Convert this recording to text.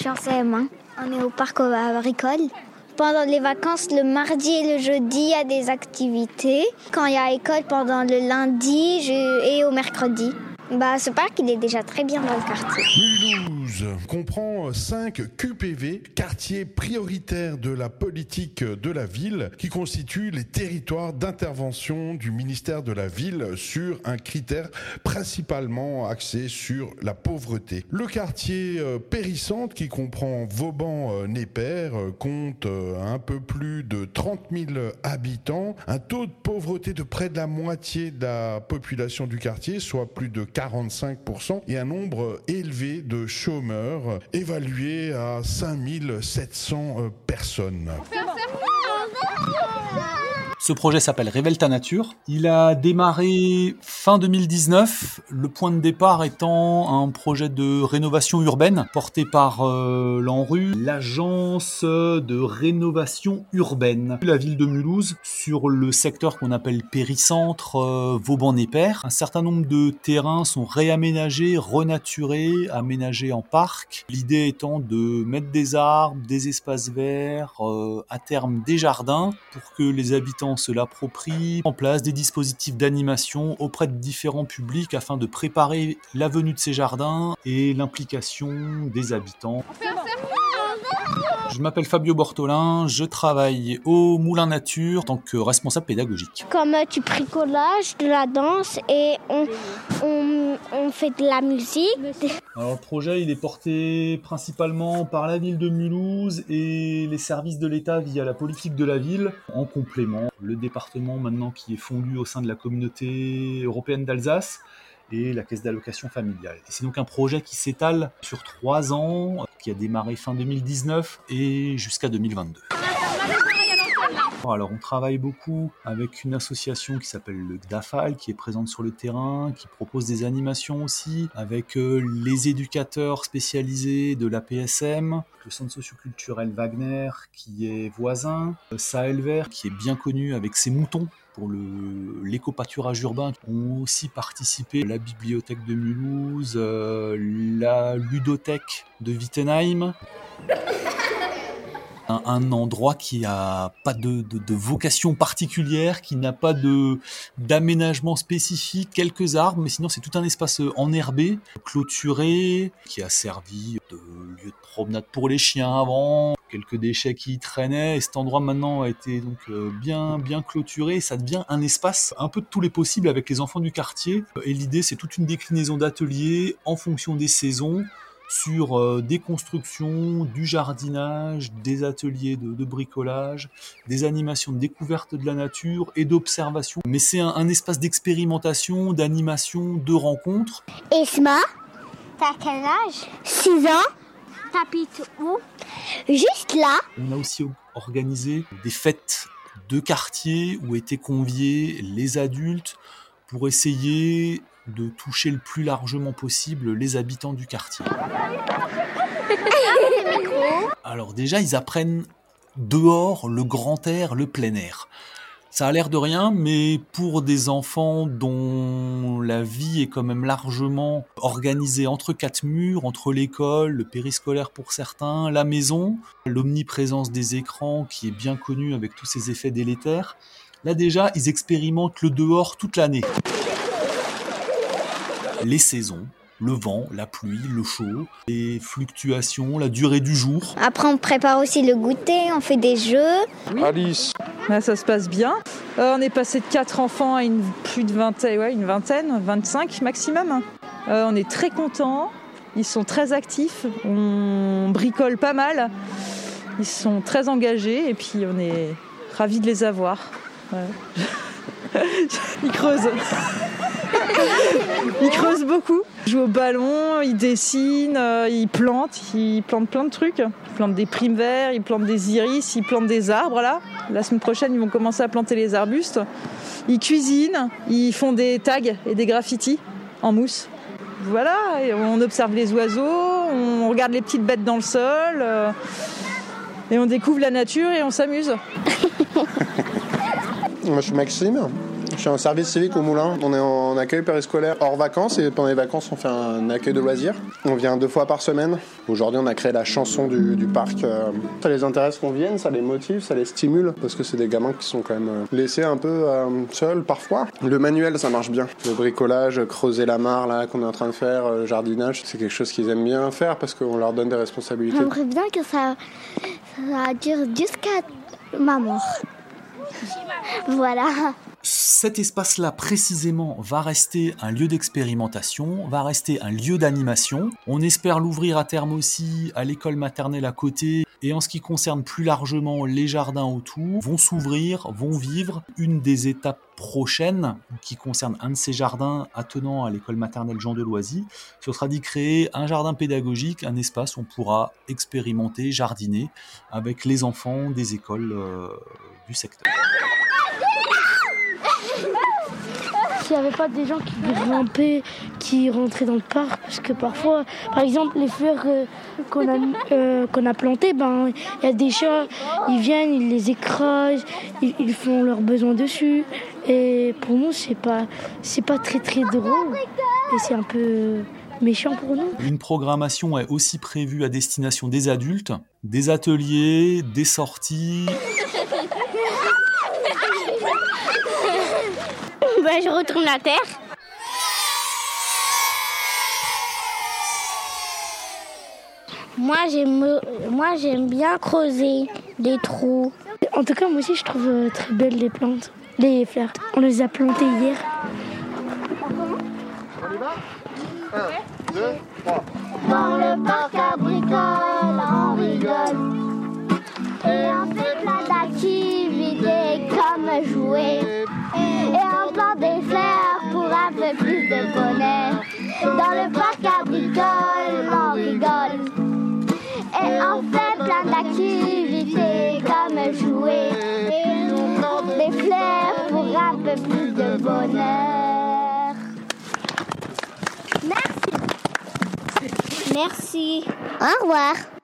suis en CM1. On est au parc Bricole. Pendant les vacances, le mardi et le jeudi, il y a des activités. Quand il y a école, pendant le lundi et au mercredi. Ce parc, il est déjà très bien dans le quartier. Mulhouse comprend 5 QPV, quartiers prioritaires de la politique de la ville, qui constituent les territoires d'intervention du ministère de la Ville sur un critère principalement axé sur la pauvreté. Le quartier Périssentre, qui comprend Vauban-Népère, compte un peu plus de 30 000 habitants, un taux de pauvreté de près de la moitié de la population du quartier, soit plus de 45%, et un nombre élevé de chômeurs, évalué à 5700 personnes. Ce projet s'appelle Révèle ta nature. Il a démarré fin 2019, le point de départ étant un projet de rénovation urbaine porté par l'ANRU, l'agence de rénovation urbaine. La ville de Mulhouse, sur le secteur qu'on appelle Périssentre, Vauban-Népère, un certain nombre de terrains sont réaménagés, renaturés, aménagés en parc. L'idée étant de mettre des arbres, des espaces verts, à terme des jardins, pour que les habitants se l'approprient, en place des dispositifs d'animation auprès de différents publics afin de préparer la venue de ces jardins et l'implication des habitants. Je m'appelle Fabio Bortolin, je travaille au Moulin Nature en tant que responsable pédagogique. Comme du bricolage, de la danse et on fait de la musique. Alors, le projet il est porté principalement par la ville de Mulhouse et les services de l'État via la politique de la ville. En complément, le département maintenant qui est fondu au sein de la communauté européenne d'Alsace et la caisse d'allocation familiale. Et c'est donc un projet qui s'étale sur 3 ans, qui a démarré fin 2019 et jusqu'à 2022. Alors on travaille beaucoup avec une association qui s'appelle le GDAFAL, qui est présente sur le terrain, qui propose des animations aussi, avec les éducateurs spécialisés de l'APSM, le centre socioculturel Wagner qui est voisin, Sahel Vert qui est bien connu avec ses moutons pour l'éco-pâturage urbain, ont aussi participé la bibliothèque de Mulhouse, la ludothèque de Wittenheim. Un endroit qui n'a pas de vocation particulière, qui n'a pas d'aménagement spécifique, quelques arbres, mais sinon c'est tout un espace enherbé, clôturé, qui a servi de lieu de promenade pour les chiens avant, quelques déchets qui y traînaient, et cet endroit maintenant a été donc bien clôturé, ça devient un espace un peu de tous les possibles avec les enfants du quartier, et l'idée c'est toute une déclinaison d'ateliers en fonction des saisons, sur des constructions, du jardinage, des ateliers de bricolage, des animations de découverte de la nature et d'observation. Mais c'est un espace d'expérimentation, d'animation, de rencontre. Esma, t'as quel âge? 6 ans. T'habites où? Juste là. On a aussi organisé des fêtes de quartier où étaient conviés les adultes pour essayer de toucher le plus largement possible les habitants du quartier. Alors déjà, ils apprennent dehors le grand air, le plein air. Ça a l'air de rien, mais pour des enfants dont la vie est quand même largement organisée entre 4 murs, entre l'école, le périscolaire pour certains, la maison, l'omniprésence des écrans qui est bien connue avec tous ces effets délétères, là déjà, ils expérimentent le dehors toute l'année. Les saisons, le vent, la pluie, le chaud, les fluctuations, la durée du jour. Après, on prépare aussi le goûter, on fait des jeux. Oui. Alice. Là, ça se passe bien. On est passé de 4 enfants à une vingtaine, 25 maximum. On est très contents, ils sont très actifs, on bricole pas mal, ils sont très engagés et puis on est ravis de les avoir. Ouais. Ils creusent. Ils creusent beaucoup. Ils jouent au ballon, ils dessinent, ils plantent plein de trucs. Ils plantent des primes verts, ils plantent des iris, ils plantent des arbres là. La semaine prochaine, ils vont commencer à planter les arbustes. Ils cuisinent, ils font des tags et des graffitis en mousse. Voilà, et on observe les oiseaux, on regarde les petites bêtes dans le sol, et on découvre la nature et on s'amuse. Moi, je suis Maxime. Je suis en service civique au Moulin. On est en accueil périscolaire hors vacances et pendant les vacances, on fait un accueil de loisirs. On vient 2 fois par semaine. Aujourd'hui, on a créé la chanson du parc. Ça les intéresse qu'on vienne, ça les motive, ça les stimule parce que c'est des gamins qui sont quand même laissés un peu seuls parfois. Le manuel, ça marche bien. Le bricolage, creuser la mare là qu'on est en train de faire, le jardinage, c'est quelque chose qu'ils aiment bien faire parce qu'on leur donne des responsabilités. J'aimerais bien que ça dure jusqu'à ma mort. Voilà. Cet espace-là, précisément, va rester un lieu d'expérimentation, va rester un lieu d'animation. On espère l'ouvrir à terme aussi à l'école maternelle à côté. Et en ce qui concerne plus largement les jardins autour, vont s'ouvrir, vont vivre. Une des étapes prochaines, qui concerne un de ces jardins attenant à l'école maternelle Jean Deloisy, ce sera d'y créer un jardin pédagogique, un espace où on pourra expérimenter, jardiner avec les enfants des écoles du secteur. S'il n'y avait pas des gens qui grimpaient, qui rentraient dans le parc, parce que parfois, par exemple, les fleurs qu'on a plantées, il y a des chats, ils viennent, ils les écrasent, ils font leurs besoins dessus. Et pour nous, c'est pas très très drôle. Et c'est un peu méchant pour nous. Une programmation est aussi prévue à destination des adultes, des ateliers, des sorties. Je retourne la terre. Moi, j'aime bien creuser des trous. En tout cas, moi aussi, je trouve très belles les plantes, les fleurs. On les a plantées hier. On y va ? 1, 2, 3. Dans le parc agricole, on rigole. Et on fait plein d'activités comme jouer. Et on plante des fleurs pour un peu plus de bonheur. Dans le parc agricole, on rigole. Et on fait plein d'activités comme jouer. Et on plante des fleurs pour un peu plus de bonheur. Merci. Merci. Au revoir.